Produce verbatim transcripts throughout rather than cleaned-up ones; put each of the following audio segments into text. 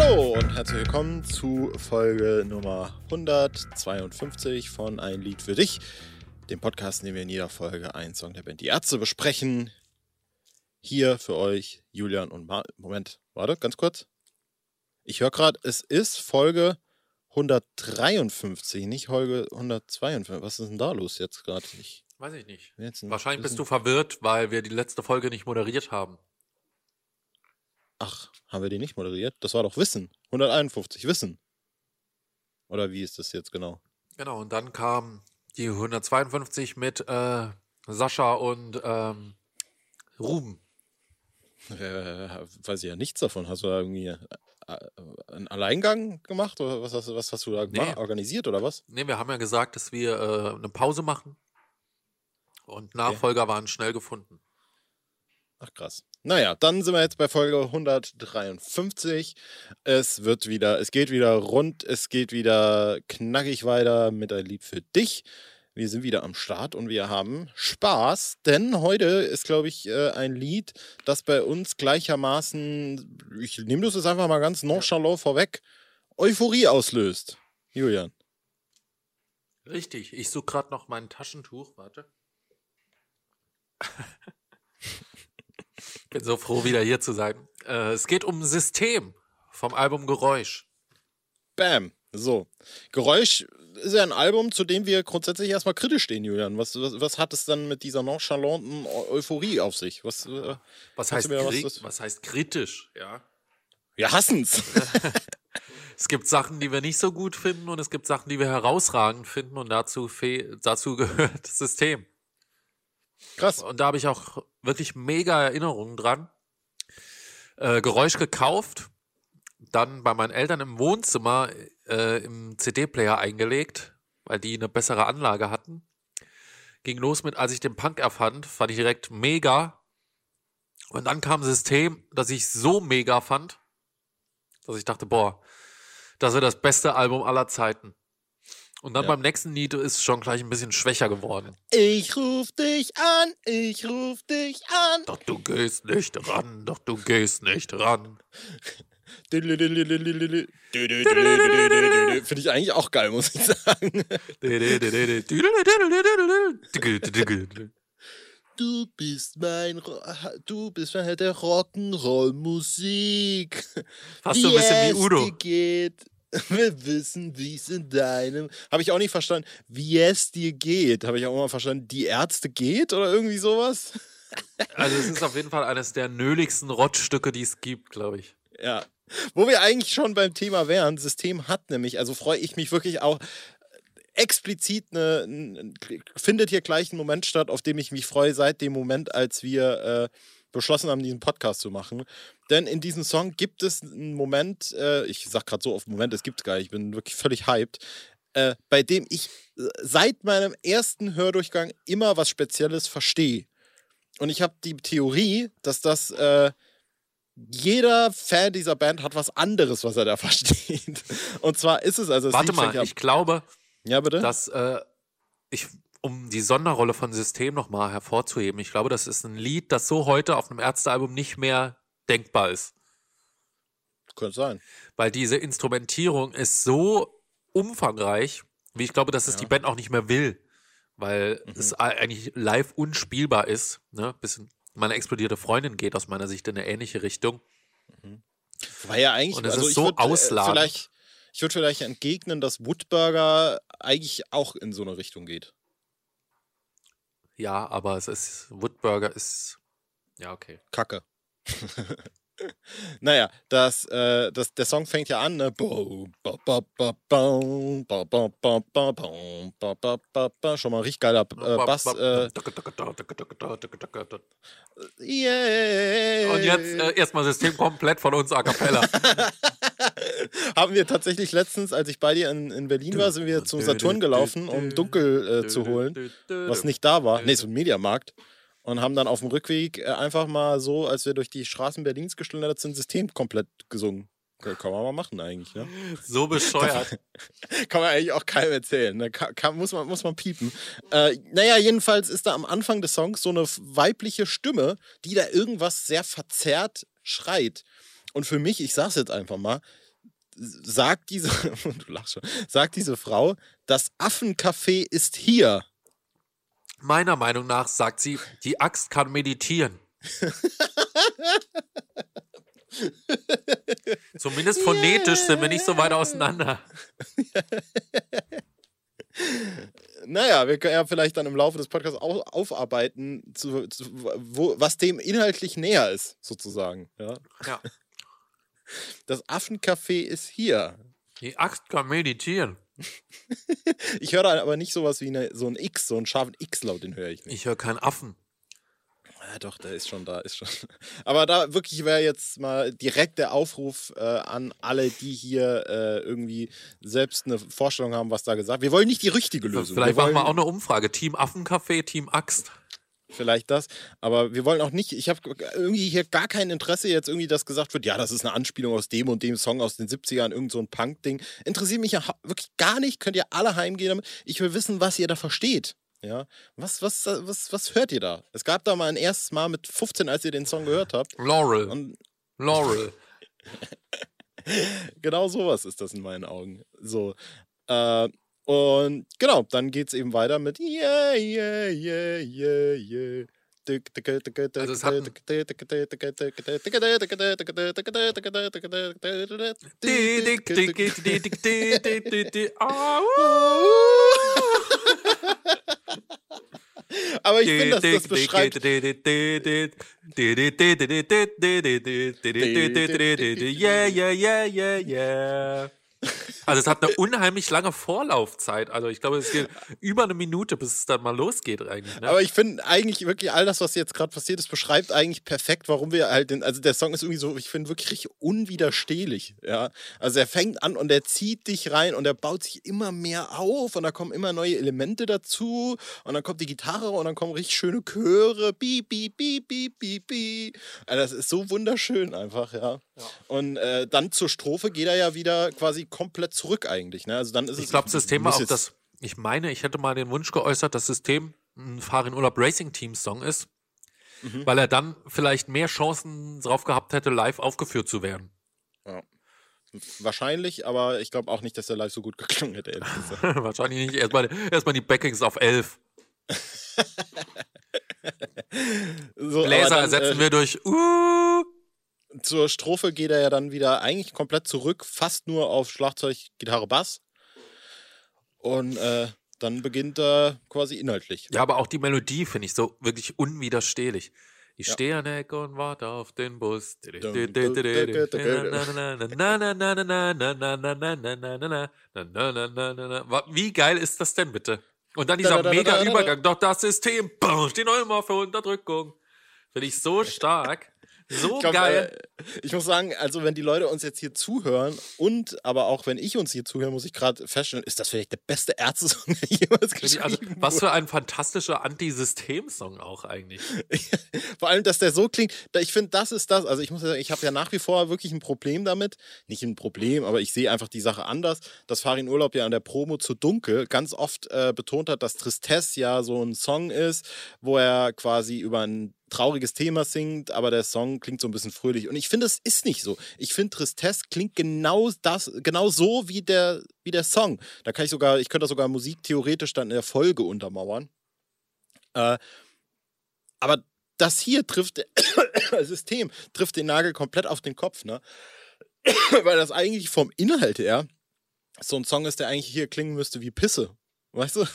Hallo und herzlich willkommen zu Folge Nummer hundertzweiundfünfzig von Ein Lied für dich, dem Podcast, in dem wir in jeder Folge einen Song der Band Die Ärzte besprechen. Hier für euch Julian und Mar... Moment, warte, ganz kurz. Ich höre gerade, es ist Folge hundertdreiundfünfzig, nicht Folge hundertzweiundfünfzig. Was ist denn da los jetzt gerade? Weiß ich nicht. Jetzt Wahrscheinlich bist du verwirrt, weil wir die letzte Folge nicht moderiert haben. Ach, haben wir die nicht moderiert? Das war doch Wissen. hunderteinundfünfzig, Wissen. Oder wie ist das jetzt genau? Genau, und dann kam die hundertzweiundfünfzig mit äh, Sascha und ähm, Ruben. Äh, weiß ich ja nichts davon. Hast du da irgendwie äh, einen Alleingang gemacht? Oder was hast, was hast du da Nee. gemacht? Organisiert oder was? Ne, wir haben ja gesagt, dass wir äh, eine Pause machen. Und Nachfolger waren schnell gefunden. Ach krass. Naja, dann sind wir jetzt bei Folge hundertdreiundfünfzig. Es wird wieder, es geht wieder rund, es geht wieder knackig weiter mit Ein Lied für dich. Wir sind wieder am Start und wir haben Spaß, denn heute ist, glaube ich, ein Lied, das bei uns gleichermaßen, ich nehme das jetzt einfach mal ganz nonchalant vorweg, Euphorie auslöst. Julian. Richtig, ich suche gerade noch mein Taschentuch, warte. Bin so froh, wieder hier zu sein. Äh, es geht um System vom Album Geräusch. Bam. So. Geräusch ist ja ein Album, zu dem wir grundsätzlich erstmal kritisch stehen, Julian. Was, was, was hat es dann mit dieser nonchalanten Euphorie auf sich? Was, äh, was, heißt, mir, was, was, was heißt kritisch? Ja. Wir hassen's. Es gibt Sachen, die wir nicht so gut finden und es gibt Sachen, die wir herausragend finden und dazu, fe- dazu gehört das System. Krass. Und da habe ich auch wirklich mega Erinnerungen dran. Äh, Geräusch gekauft, dann bei meinen Eltern im Wohnzimmer äh, im C D-Player eingelegt, weil die eine bessere Anlage hatten. Ging los mit, als ich den Punk erfand, fand ich direkt mega. Und dann kam ein System, das ich so mega fand, dass ich dachte, boah, das wird das beste Album aller Zeiten. Und dann Ja. beim nächsten Lied ist es schon gleich ein bisschen schwächer geworden. Ich ruf dich an, ich ruf dich an. Doch du gehst nicht ran, doch du gehst nicht ran. Finde ich eigentlich auch geil, muss ich sagen. Du bist mein, Ro- du bist mein Held der Rock'n'Roll-Musik. Fast so ein bisschen wie Udo. Es dir geht. Wir wissen, wie es in deinem... Habe ich auch nicht verstanden. Wie es dir geht. Habe ich auch mal verstanden. Die Ärzte geht oder irgendwie sowas? Also es ist auf jeden Fall eines der nöligsten Rottstücke, die es gibt, glaube ich. Ja. Wo wir eigentlich schon beim Thema wären. System hat nämlich, also freue ich mich wirklich auch explizit, eine, eine, findet hier gleich ein Moment statt, auf dem ich mich freue, seit dem Moment, als wir äh, beschlossen haben, diesen Podcast zu machen. Denn in diesem Song gibt es einen Moment, äh, ich sag gerade so oft Moment, es gibt's gar nicht, ich bin wirklich völlig hyped, äh, bei dem ich seit meinem ersten Hördurchgang immer was Spezielles verstehe. Und ich habe die Theorie, dass das äh, jeder Fan dieser Band hat was anderes, was er da versteht. Und zwar ist es also... Das Warte Lied fängt mal, ja- ich glaube, ja, bitte? dass äh, ich, um die Sonderrolle von System nochmal hervorzuheben, ich glaube, das ist ein Lied, das so heute auf einem Ärztealbum nicht mehr denkbar ist. Könnte sein. Weil diese Instrumentierung ist so umfangreich, wie ich glaube, dass es Ja. die Band auch nicht mehr will. Weil Mhm. es eigentlich live unspielbar ist. Ne? Bis meine explodierte Freundin geht aus meiner Sicht in eine ähnliche Richtung. War ja eigentlich... Und es also ist ich so würd, äh, ausladend. Vielleicht, ich würde vielleicht entgegnen, dass Woodburger eigentlich auch in so eine Richtung geht. Ja, aber es ist, Woodburger ist, ja, okay. Kacke. Naja, das, äh, das, der Song fängt ja an, ne? Boom, ba, ba, ba, bam, ba, ba, ba, ba, bam, ba, ba, ba, ba. Schon mal ein richtig geiler äh, Bass. Äh, yeah. Und jetzt äh, erstmal System komplett von uns a cappella. Haben wir tatsächlich letztens, als ich bei dir in, in Berlin war, sind wir zum Saturn gelaufen, um Dunkel äh, zu holen, was nicht da war. Nee, so ein Mediamarkt. Und haben dann auf dem Rückweg äh, einfach mal so, als wir durch die Straßen Berlins geschlendert sind, System komplett gesungen. Kann man mal machen eigentlich, ne? So bescheuert. Kann man eigentlich auch keinem erzählen. Ne? Kann, kann, muss, man, muss man piepen. Äh, naja, jedenfalls ist da am Anfang des Songs so eine weibliche Stimme, die da irgendwas sehr verzerrt schreit. Und für mich, ich sag's jetzt einfach mal, sagt diese, du lachst schon, sagt diese Frau, das Affencafé ist hier. Meiner Meinung nach sagt sie, die Axt kann meditieren. Zumindest phonetisch yeah. sind wir nicht so weit auseinander. Naja, wir können ja vielleicht dann im Laufe des Podcasts auch aufarbeiten, zu, zu, wo, was dem inhaltlich näher ist, sozusagen. Ja. ja. Das Affencafé ist hier. Die Axt kann meditieren. Ich höre da aber nicht sowas wie eine, so ein X, so einen scharfen X-Laut, den höre ich nicht. Ich höre keinen Affen. Ja, doch, der ist schon da, ist schon. Aber da wirklich wäre jetzt mal direkt der Aufruf äh, an alle, die hier äh, irgendwie selbst eine Vorstellung haben, was da gesagt wird. Wir wollen nicht die richtige Lösung. Vielleicht wir machen wir auch eine Umfrage. Team Affencafé, Team Axt. Vielleicht das, aber wir wollen auch nicht, ich habe irgendwie hier gar kein Interesse jetzt irgendwie, dass gesagt wird, ja, das ist eine Anspielung aus dem und dem Song aus den siebzigern, irgend so ein Punk-Ding. Interessiert mich ja wirklich gar nicht, könnt ihr alle heimgehen damit. Ich will wissen, was ihr da versteht. Ja, was, was, was, was hört ihr da? Es gab da mal ein erstes Mal mit fünfzehn, als ihr den Song gehört habt. Laurel. Und Laurel. Genau sowas ist das in meinen Augen. So, äh, und genau, dann geht's eben weiter mit Yeah, yeah, yeah, yeah, yeah. Also es hat ein aber ich finde, dass das beschreibt yeah, yeah, yeah, yeah, yeah. Also es hat eine unheimlich lange Vorlaufzeit. Also ich glaube, es geht über eine Minute, bis es dann mal losgeht eigentlich. Ne? Aber ich finde eigentlich wirklich all das, was jetzt gerade passiert ist, beschreibt eigentlich perfekt, warum wir halt den, also der Song ist irgendwie so, ich finde wirklich richtig unwiderstehlich. Ja? Also er fängt an und er zieht dich rein und er baut sich immer mehr auf und da kommen immer neue Elemente dazu und dann kommt die Gitarre und dann kommen richtig schöne Chöre. Bi, bi, bi, bi, bi, bi. Also das ist so wunderschön einfach, ja. Ja. Und äh, dann zur Strophe geht er ja wieder quasi komplett zurück eigentlich. Ne? Also dann ist ich es, glaube, das System war auch das, ich meine, ich hätte mal den Wunsch geäußert, dass System ein Fahr in Urlaub Racing Team Song ist, mhm. weil er dann vielleicht mehr Chancen drauf gehabt hätte, live aufgeführt zu werden. Ja. Wahrscheinlich, aber ich glaube auch nicht, dass er live so gut geklungen hätte. Wahrscheinlich nicht. Erstmal erst mal die Backings auf elf. So, Bläser dann, ersetzen äh, wir durch uh. Zur Strophe geht er ja dann wieder eigentlich komplett zurück, fast nur auf Schlagzeug, Gitarre, Bass. Und äh, dann beginnt er quasi inhaltlich. Ja, aber auch die Melodie finde ich so wirklich unwiderstehlich. Ich Ja. stehe an der Ecke und warte auf den Bus. Wie geil ist das denn bitte? Und dann dieser mega Übergang. Doch das System steht noch immer für Unterdrückung. Finde ich so stark. So Ich glaub, geil. Äh, ich muss sagen, also wenn die Leute uns jetzt hier zuhören und aber auch wenn ich uns hier zuhöre, muss ich gerade feststellen, ist das vielleicht der beste Ärzte-Song, der jemals geschrieben Also, wurde. was für ein fantastischer Anti-System-Song auch eigentlich. Vor allem, dass der so klingt. Ich finde, das ist das. Also ich muss ja sagen, ich habe ja nach wie vor wirklich ein Problem damit. Nicht ein Problem, aber ich sehe einfach die Sache anders, dass Farin Urlaub ja an der Promo zu Dunkel ganz oft äh, betont hat, dass Tristesse ja so ein Song ist, wo er quasi über ein trauriges Thema singt, aber der Song klingt so ein bisschen fröhlich. Und ich finde, es ist nicht so. Ich finde, Tristesse klingt genau das, genau so wie der, wie der Song. Da kann ich sogar, ich könnte da sogar Musik theoretisch dann in der Folge untermauern. Äh, aber das hier trifft, das System trifft den Nagel komplett auf den Kopf, ne? Weil das eigentlich vom Inhalt her so ein Song ist, der eigentlich hier klingen müsste wie Pisse. Weißt du?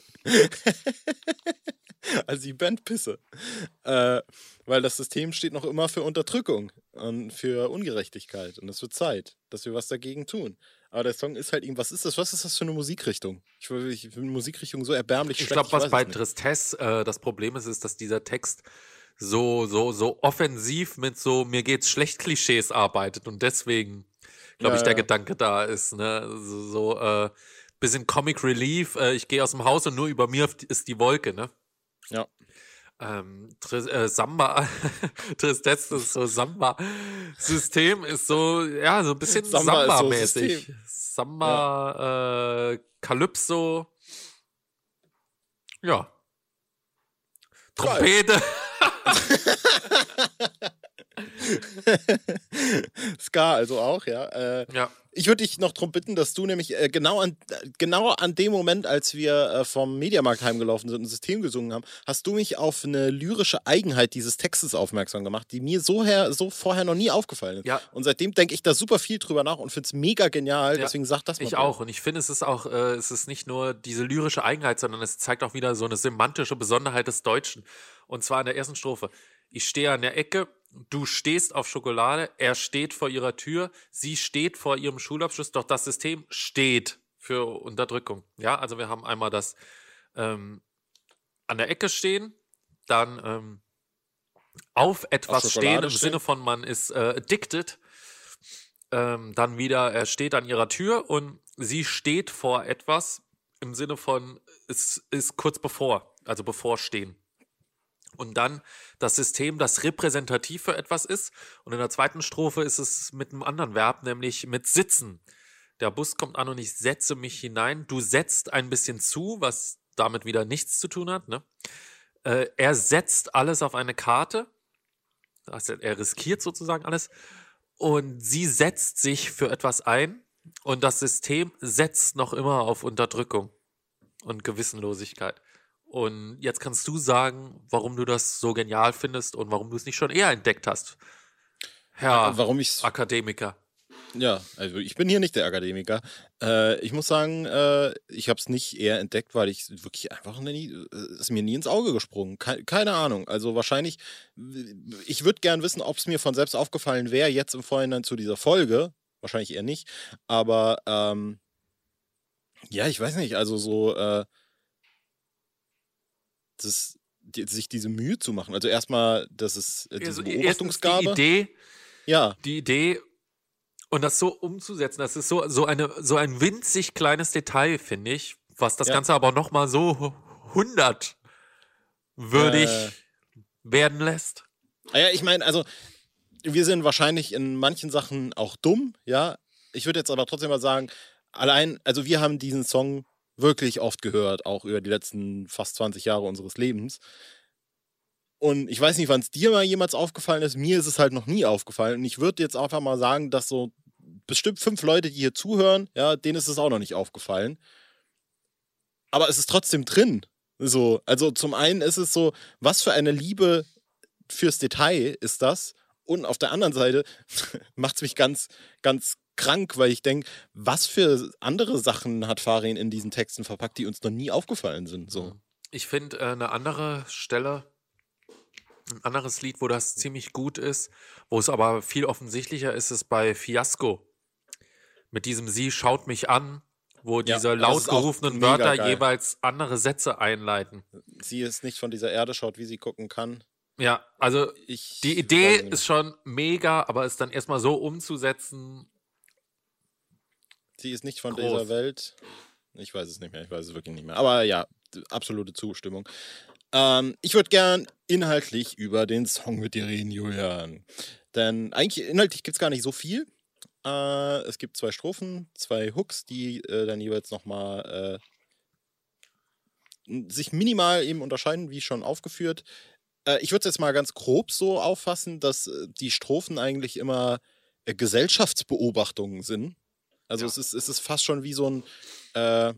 Also die Band Pisse. Äh, weil das System steht noch immer für Unterdrückung und für Ungerechtigkeit. Und es wird Zeit, dass wir was dagegen tun. Aber der Song ist halt irgendwas. Was ist das? Was ist das für eine Musikrichtung? Ich ich finde Musikrichtung so erbärmlich Ich schlecht. glaube, was weiß bei es nicht. Tristesse äh, das Problem ist, ist, dass dieser Text so, so, so offensiv mit so mir geht's schlecht Klischees arbeitet und deswegen, glaube Ja, ich, der ja. Gedanke da ist, ne, so, so äh, bisschen Comic Relief, äh, ich gehe aus dem Haus und nur über mir ist die Wolke, ne? Ja. Ähm, Tris, äh, Samba, Tristesse ist so Samba-System, ist so, ja, so ein bisschen Samba ist so Samba-mäßig. System. Samba, äh, Calypso, ja. Trompete. Es Ska, also auch, ja. Äh, Ja. Ich würde dich noch darum bitten, dass du nämlich äh, genau, an, genau an dem Moment, als wir äh, vom Mediamarkt heimgelaufen sind und ein System gesungen haben, hast du mich auf eine lyrische Eigenheit dieses Textes aufmerksam gemacht, die mir so, her, so vorher noch nie aufgefallen ist. Ja. Und seitdem denke ich da super viel drüber nach und finde es mega genial. Ja, Deswegen sag das mal. Ich bitte. auch. Und ich finde, es ist auch, äh, es ist nicht nur diese lyrische Eigenheit, sondern es zeigt auch wieder so eine semantische Besonderheit des Deutschen. Und zwar in der ersten Strophe. Ich stehe an der Ecke, du stehst auf Schokolade, er steht vor ihrer Tür, sie steht vor ihrem Schulabschluss, doch das System steht für Unterdrückung. Ja, also wir haben einmal das ähm, an der Ecke stehen, dann ähm, auf etwas Auf stehen, Schokolade im stehen. Sinne von man ist äh, addicted. Ähm, dann wieder, er steht an ihrer Tür und sie steht vor etwas im Sinne von, es ist kurz bevor, also bevorstehen. Und dann das System, das repräsentativ für etwas ist. Und in der zweiten Strophe ist es mit einem anderen Verb, nämlich mit sitzen. Der Bus kommt an und ich setze mich hinein. Du setzt ein bisschen zu, was damit wieder nichts zu tun hat. Ne? Äh, er setzt alles auf eine Karte. Also er riskiert sozusagen alles. Und sie setzt sich für etwas ein. Und das System setzt noch immer auf Unterdrückung und Gewissenlosigkeit. Und jetzt kannst du sagen, warum du das so genial findest und warum du es nicht schon eher entdeckt hast, Herr Warum ich's, Akademiker. ja, also ich bin hier nicht der Akademiker. Äh, ich muss sagen, äh, ich habe es nicht eher entdeckt, weil ich wirklich einfach nie, äh, ist mir nie ins Auge gesprungen. Ke keine Ahnung. Also wahrscheinlich, ich würde gern wissen, ob es mir von selbst aufgefallen wäre, jetzt im Vorhinein zu dieser Folge. Wahrscheinlich eher nicht. Aber ähm, ja, ich weiß nicht, also so, äh, das, die, sich diese Mühe zu machen. Also erstmal, das ist äh, diese Also erstens Beobachtungsgabe. die Idee, Ja, die Idee und das so umzusetzen, das ist so, so, eine, so ein winzig kleines Detail, finde ich, was das Ja. Ganze aber nochmal so hundertwürdig Äh. werden lässt. Ah ja, ich meine, also wir sind wahrscheinlich in manchen Sachen auch dumm, ja. Ich würde jetzt aber trotzdem mal sagen, allein, also wir haben diesen Song wirklich oft gehört, auch über die letzten fast zwanzig Jahre unseres Lebens. Und ich weiß nicht, wann es dir mal jemals aufgefallen ist. Mir ist es halt noch nie aufgefallen. Und ich würde jetzt einfach mal sagen, dass so bestimmt fünf Leute, die hier zuhören, ja, denen ist es auch noch nicht aufgefallen. Aber es ist trotzdem drin. So, also zum einen ist es so, was für eine Liebe fürs Detail ist das? Und auf der anderen Seite macht es mich ganz, ganz krank, weil ich denke, was für andere Sachen hat Farin in diesen Texten verpackt, die uns noch nie aufgefallen sind. So. Ich finde äh, eine andere Stelle, ein anderes Lied, wo das ziemlich gut ist, wo es aber viel offensichtlicher ist, ist bei Fiasco. Mit diesem Sie schaut mich an, wo Ja, diese das laut ist auch gerufenen mega Wörter geil. jeweils andere Sätze einleiten. Sie ist nicht von dieser Erde, schaut, wie sie gucken kann. Ja, also Ich die weiß Idee nicht. ist schon mega, aber es dann erstmal so umzusetzen, Sie ist nicht von groß. dieser Welt. Ich weiß es nicht mehr, ich weiß es wirklich nicht mehr. Aber ja, d- absolute Zustimmung. Ähm, ich würde gern inhaltlich über den Song mit dir reden, Julian. Denn eigentlich inhaltlich gibt es gar nicht so viel. Äh, es gibt zwei Strophen, zwei Hooks, die äh, dann jeweils nochmal äh, sich minimal eben unterscheiden, wie schon aufgeführt. Äh, ich würde es jetzt mal ganz grob so auffassen, dass äh, die Strophen eigentlich immer äh, Gesellschaftsbeobachtungen sind. Also Ja. es, ist, es ist fast schon wie so ein äh,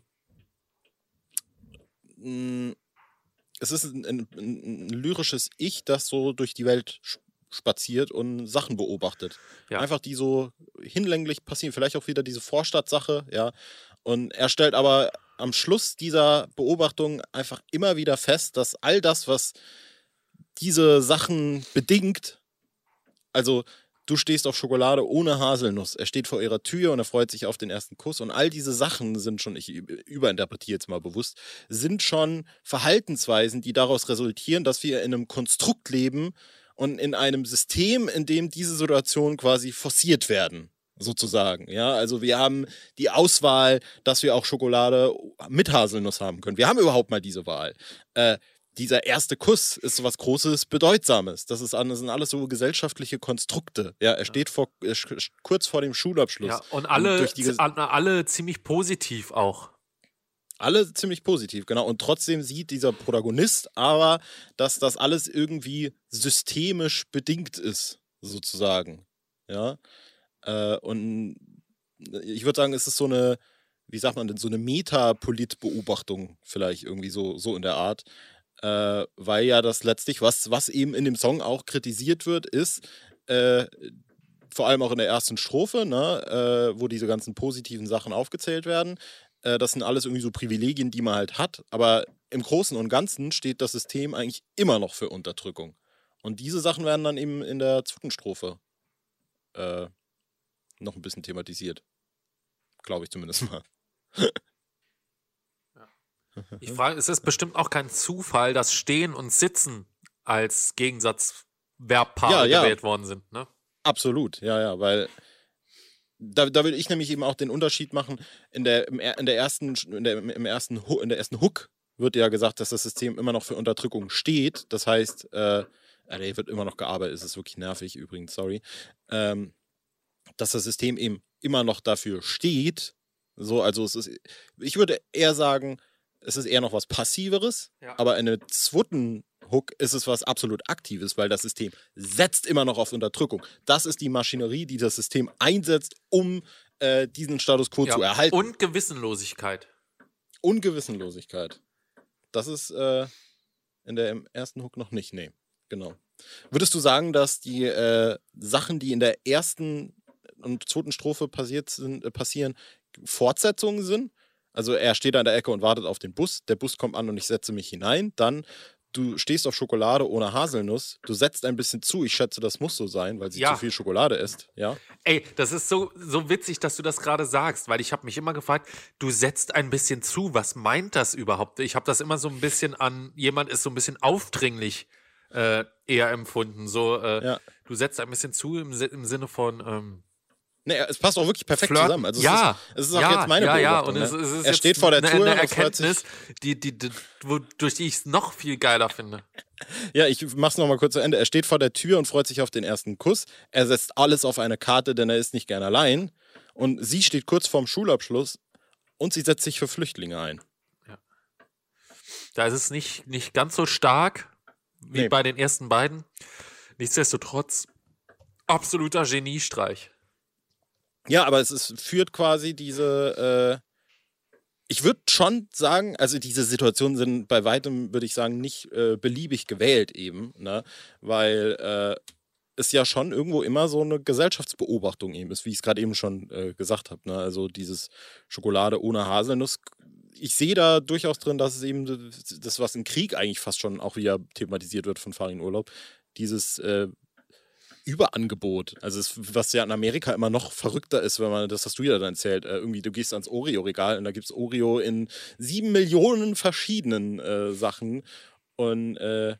mh, es ist ein, ein, ein lyrisches Ich, das so durch die Welt sch- spaziert und Sachen beobachtet. Ja. Einfach die so hinlänglich passieren. Vielleicht auch wieder diese Vorstadtsache, ja. Und er stellt aber am Schluss dieser Beobachtung einfach immer wieder fest, dass all das, was diese Sachen bedingt, also du stehst auf Schokolade ohne Haselnuss, er steht vor ihrer Tür und er freut sich auf den ersten Kuss und all diese Sachen sind schon, ich überinterpretiere jetzt mal bewusst, sind schon Verhaltensweisen, die daraus resultieren, dass wir in einem Konstrukt leben und in einem System, in dem diese Situationen quasi forciert werden, sozusagen. Ja, also wir haben die Auswahl, dass wir auch Schokolade mit Haselnuss haben können. Wir haben überhaupt mal diese Wahl. Äh, dieser erste Kuss ist so was Großes, Bedeutsames. Das, ist, das sind alles so gesellschaftliche Konstrukte. Ja, er steht vor, äh, sch- kurz vor dem Schulabschluss. Ja, und alle, durch die Ges- z- alle ziemlich positiv auch. Alle ziemlich positiv, genau. Und trotzdem sieht dieser Protagonist aber, dass das alles irgendwie systemisch bedingt ist, sozusagen. Ja. Äh, und ich würde sagen, es ist so eine, wie sagt man denn, so eine Metapolit-Beobachtung vielleicht irgendwie so, so in der Art. Äh, weil ja das letztlich, was, was eben in dem Song auch kritisiert wird, ist, äh, vor allem auch in der ersten Strophe, ne, äh, wo diese ganzen positiven Sachen aufgezählt werden, äh, das sind alles irgendwie so Privilegien, die man halt hat, aber im Großen und Ganzen steht das System eigentlich immer noch für Unterdrückung. Und diese Sachen werden dann eben in der zweiten Strophe äh, noch ein bisschen thematisiert. Glaube ich zumindest mal. Ich frage, es ist bestimmt auch kein Zufall, dass Stehen und Sitzen als Gegensatzverbpaare Ja, ja. gewählt worden sind, ne? Absolut, ja, ja, weil da, da will ich nämlich eben auch den Unterschied machen. In der, im, er- in der ersten, in der, im ersten, Hu- in der ersten Hook wird ja gesagt, dass das System immer noch für Unterdrückung steht. Das heißt, äh, äh, der wird immer noch gearbeitet, es ist wirklich nervig übrigens, sorry. Ähm, dass das System eben immer noch dafür steht. So, also es ist, ich würde eher sagen, es ist eher noch was Passiveres, Ja. aber in der zweiten Hook ist es was absolut Aktives, weil das System setzt immer noch auf Unterdrückung. Das ist die Maschinerie, die das System einsetzt, um äh, diesen Status quo Ja. zu erhalten. Und Gewissenlosigkeit. Und Gewissenlosigkeit. Das ist äh, in der im ersten Hook noch nicht, nee, genau. Würdest du sagen, dass die äh, Sachen, die in der ersten und zweiten Strophe passiert sind, äh, passieren, Fortsetzungen sind? Also er steht an der Ecke und wartet auf den Bus, der Bus kommt an und ich setze mich hinein, dann du stehst auf Schokolade ohne Haselnuss, du setzt ein bisschen zu, ich schätze, das muss so sein, weil sie Ja. zu viel Schokolade isst, ja? Ey, das ist so, so witzig, dass du das gerade sagst, weil ich habe mich immer gefragt, du setzt ein bisschen zu, was meint das überhaupt? Ich habe das immer so ein bisschen an, jemand ist so ein bisschen aufdringlich äh, eher empfunden, so äh, Ja. du setzt ein bisschen zu im, Si- im Sinne von ähm, Nee, es passt auch wirklich perfekt Flirten. zusammen. Also ja, es ist, es ist auch ja, jetzt meine ja, ja. Beobachtung. Und es, ne? es ist Er jetzt steht vor der eine, Tür eine und freut sich. Erkenntnis, die, die, die, wo, durch die ich es noch viel geiler finde. Ja, ich mach's nochmal kurz zu Ende. Er steht vor der Tür und freut sich auf den ersten Kuss. Er setzt alles auf eine Karte, denn er ist nicht gern allein. Und sie steht kurz vorm Schulabschluss und sie setzt sich für Flüchtlinge ein. Da ist es nicht, nicht ganz so stark wie Nee. bei den ersten beiden. Nichtsdestotrotz absoluter Geniestreich. Ja, aber es ist, führt quasi diese, äh, ich würde schon sagen, also diese Situationen sind bei weitem, würde ich sagen, nicht äh, beliebig gewählt eben, ne? Weil äh, es ja schon irgendwo immer so eine Gesellschaftsbeobachtung eben ist, wie ich es gerade eben schon äh, gesagt habe, ne? Also dieses Schokolade ohne Haselnuss. Ich sehe da durchaus drin, dass es eben das, was im Krieg eigentlich fast schon auch wieder thematisiert wird von Farin Urlaub, dieses äh, Überangebot. Also es, was ja in Amerika immer noch verrückter ist, wenn man, das hast du ja dann erzählt, äh, irgendwie, du gehst ans Oreo-Regal und da gibt es Oreo in sieben Millionen verschiedenen äh, Sachen. Und äh,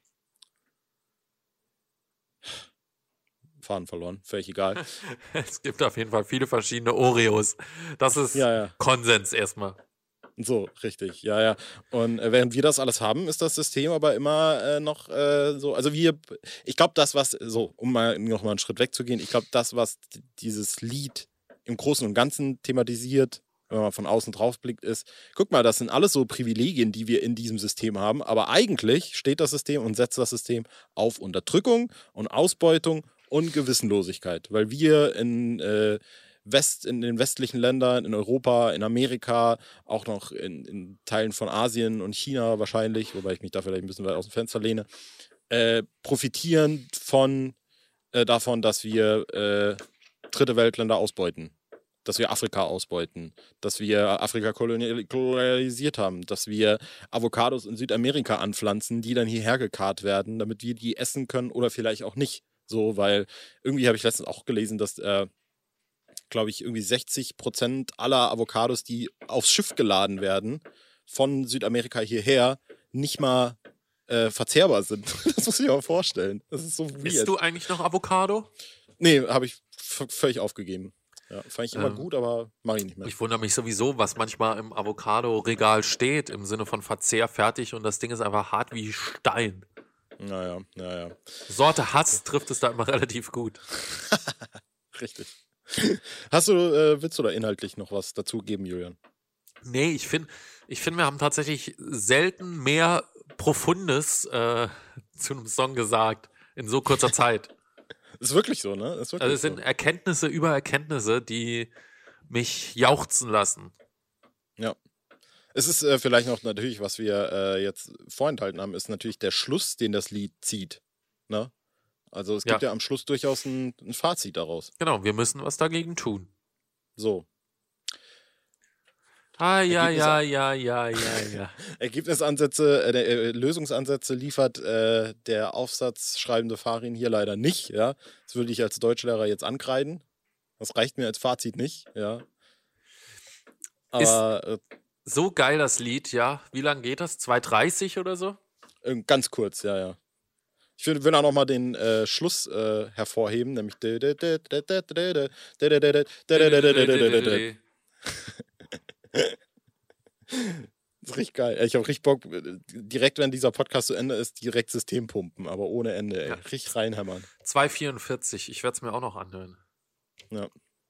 Faden verloren, völlig egal. Es gibt auf jeden Fall viele verschiedene Oreos. Das ist Ja, ja. Konsens erstmal. So, richtig, ja, ja. Und äh, während wir das alles haben, ist das System aber immer äh, noch äh, so, also wir, ich glaube, das, was, so, um mal nochmal einen Schritt wegzugehen, ich glaube, das, was d- dieses Lied im Großen und Ganzen thematisiert, wenn man von außen drauf blickt, ist, guck mal, das sind alles so Privilegien, die wir in diesem System haben, aber eigentlich steht das System und setzt das System auf Unterdrückung und Ausbeutung und Gewissenlosigkeit, weil wir in äh, West, in den westlichen Ländern, in Europa, in Amerika, auch noch in, in Teilen von Asien und China wahrscheinlich, wobei ich mich da vielleicht ein bisschen weit aus dem Fenster lehne, äh, profitieren von äh, davon, dass wir äh, dritte Weltländer ausbeuten, dass wir Afrika ausbeuten, dass wir Afrika kolonial- kolonialisiert haben, dass wir Avocados in Südamerika anpflanzen, die dann hierher gekarrt werden, damit wir die essen können oder vielleicht auch nicht. So, weil irgendwie habe ich letztens auch gelesen, dass äh, glaube ich, irgendwie sechzig Prozent aller Avocados, die aufs Schiff geladen werden, von Südamerika hierher, nicht mal äh, verzehrbar sind. Das muss ich mir mal vorstellen. Das ist so weird. Isst du eigentlich noch Avocado? Nee, habe ich v- völlig aufgegeben. Ja, fand ich immer Ähm, gut, aber mache ich nicht mehr. Ich wundere mich sowieso, was manchmal im Avocado-Regal steht, im Sinne von Verzehr fertig und das Ding ist einfach hart wie Stein. Naja, naja. Sorte Hass trifft es da immer relativ gut. Richtig. Hast du, äh, willst du da inhaltlich noch was dazugeben, Julian? Nee, ich finde, ich find, wir haben tatsächlich selten mehr Profundes äh, zu einem Song gesagt in so kurzer Zeit. Ist wirklich so, ne? Ist wirklich Also es sind so. Erkenntnisse über Erkenntnisse, die mich jauchzen lassen. Ja. Es ist äh, vielleicht noch natürlich, was wir äh, jetzt vorenthalten haben, ist natürlich der Schluss, den das Lied zieht. Ne? Also es gibt ja, Ja. am Schluss durchaus ein, ein Fazit daraus. Genau, wir müssen was dagegen tun. So. Ah, ja, Ergebnis- ja, ja, ja, ja, ja. Ergebnisansätze, äh, äh, Lösungsansätze liefert äh, der aufsatzschreibende Farin hier leider nicht. Ja? Das würde ich als Deutschlehrer jetzt ankreiden. Das reicht mir als Fazit nicht. Ja. Aber äh, So geil das Lied, ja. Wie lange geht das? zwei dreißig oder so? äh, ganz kurz, ja, ja. Ich will, will auch nochmal den äh, Schluss äh, hervorheben, nämlich das ist richtig geil. Ich habe richtig Bock, direkt wenn dieser Podcast zu Ende ist, direkt Systempumpen, aber ohne Ende, ey. Ja. Richtig reinhämmern. zwei vierundvierzig, ich werde es mir auch noch anhören. Ja.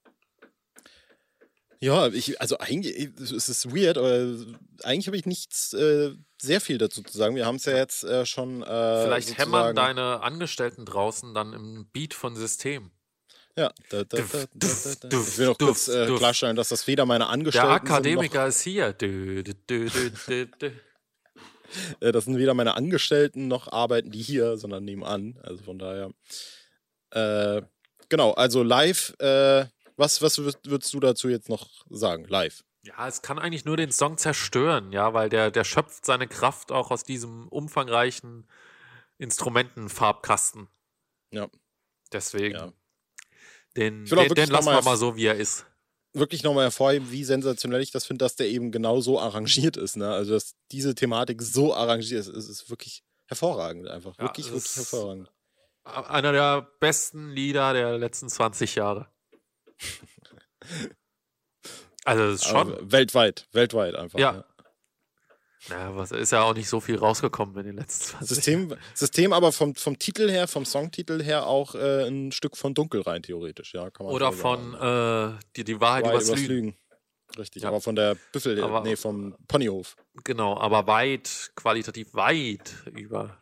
Ja, ich, also eigentlich, es ist weird, aber eigentlich habe ich nichts, äh, sehr viel dazu zu sagen. Wir haben es ja jetzt äh, schon. Äh, Vielleicht hämmern sozusagen- deine Angestellten draußen dann im Beat von System. Ja, da, da, Duff, da, da, duff, da, da. duff, Ich will noch duff, kurz äh, duff. klarstellen, dass das weder meine Angestellten Der sind, Akademiker ist hier. Dö, dö, dö, dö, dö, dö. noch, äh, das sind weder meine Angestellten noch arbeiten die hier, sondern nebenan. Also von daher. Äh, genau, also live. Äh, was was würd- würdest du dazu jetzt noch sagen? Live. Ja, es kann eigentlich nur den Song zerstören, ja, weil der, der schöpft seine Kraft auch aus diesem umfangreichen Instrumentenfarbkasten. Ja. Deswegen. Ja. Den, Ich will auch den, wirklich den lassen noch wir mal- mal so, wie er ist. Wirklich nochmal hervorheben, wie sensationell ich das finde, dass der eben genau so arrangiert ist. Ne? Also, dass diese Thematik so arrangiert ist, ist, ist wirklich hervorragend einfach. Ja, wirklich, es wirklich ist- hervorragend. Einer der besten Lieder der letzten zwanzig Jahre. Also, das ist schon. Aber weltweit, weltweit einfach. Ja. Ne? Naja, was ist ja auch nicht so viel rausgekommen in den letzten zwanzig System, System aber vom, vom Titel her, vom Songtitel her auch äh, ein Stück von Dunkel rein, theoretisch. Ja, kann man Oder so von sagen. äh, die, die Wahrheit Wahrheit übers übers Lügen. Lügen. Richtig, Ja. aber von der Büffel, Aber- nee, vom Ponyhof. Genau, aber weit, qualitativ weit über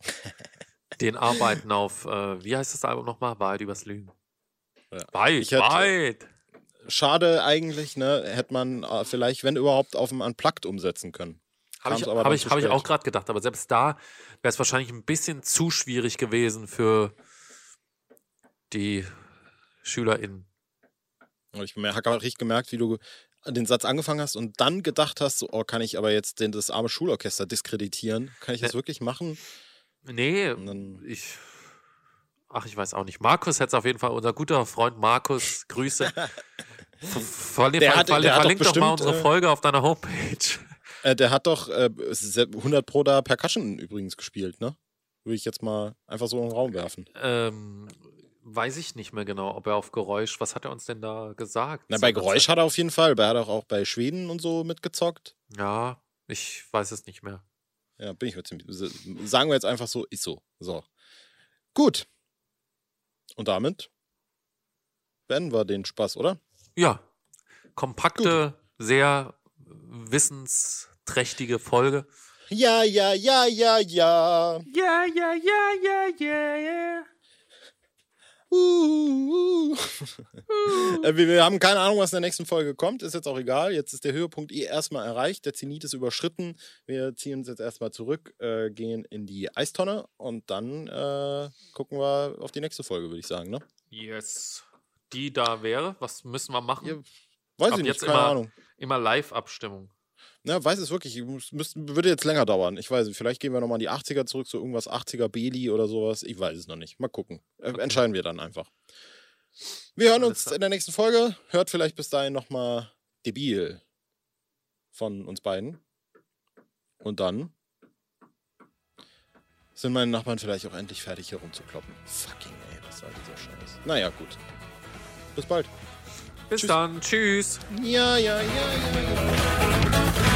den Arbeiten auf, äh, wie heißt das Album nochmal? Wahrheit übers Lügen. Ja. Weit, Ich hätte- weit. Schade eigentlich, ne, hätte man äh, vielleicht, wenn überhaupt, auf dem Unplugged umsetzen können. Habe Kam's ich, aber hab dann ich, zu hab ich spät. auch gerade gedacht, aber selbst da wäre es wahrscheinlich ein bisschen zu schwierig gewesen für die SchülerInnen. Und ich habe richtig gemerkt, wie du den Satz angefangen hast und dann gedacht hast, so, oh, kann ich aber jetzt den, das arme Schulorchester diskreditieren? Kann ich das Ja. wirklich machen? Nee, Und dann- ich. Ach, ich weiß auch nicht. Markus hätte es auf jeden Fall, unser guter Freund Markus, Grüße. Ver- Ver Der hat- ver der hat doch verlink doch mal bestimmt, unsere äh, Folge auf deiner Homepage. Äh, der hat doch äh, hundert Pro da Percussion übrigens gespielt, ne? Würde ich jetzt mal einfach so in den Raum werfen. Ähm, weiß ich nicht mehr genau, ob er auf Geräusch, was hat er uns denn da gesagt? Na, bei zu der Geräusch Zeit? hat er auf jeden Fall. Er hat auch, auch bei Schweden und so mitgezockt. Ja, ich weiß es nicht mehr. Ja, bin ich mir ziemlich. Sagen wir jetzt einfach so, ist so. So. Gut. Und damit beenden wir den Spaß, oder? Ja, kompakte, sehr wissensträchtige Folge. Ja, ja, ja, ja, ja. Ja, ja, ja, ja, ja, ja. Uh, uh. Äh, wir, wir haben keine Ahnung, was in der nächsten Folge kommt. Ist jetzt auch egal. Jetzt ist der Höhepunkt eh erstmal erreicht. Der Zenit ist überschritten. Wir ziehen uns jetzt erstmal zurück, äh, gehen in die Eistonne und dann äh, gucken wir auf die nächste Folge, würde ich sagen. Ne? Yes. Die da wäre, was müssen wir machen? Ja, weiß Ab ich nicht, jetzt keine immer- Ahnung. Immer Live-Abstimmung. Na, weiß es wirklich. Muss, müsste, würde jetzt länger dauern. Ich weiß nicht. Vielleicht gehen wir nochmal in die achtziger zurück, so irgendwas achtziger Beli oder sowas. Ich weiß es noch nicht. Mal gucken. Äh, Okay. Entscheiden wir dann einfach. Wir hören Alles uns klar. in der nächsten Folge. Hört vielleicht bis dahin nochmal Debil von uns beiden. Und dann sind meine Nachbarn vielleicht auch endlich fertig herumzukloppen. Fucking ey, was war dieser Scheiß? Naja, gut. Bis bald. Bis Tschüss. dann. Tschüss. Ja, ja, ja, ja, ja.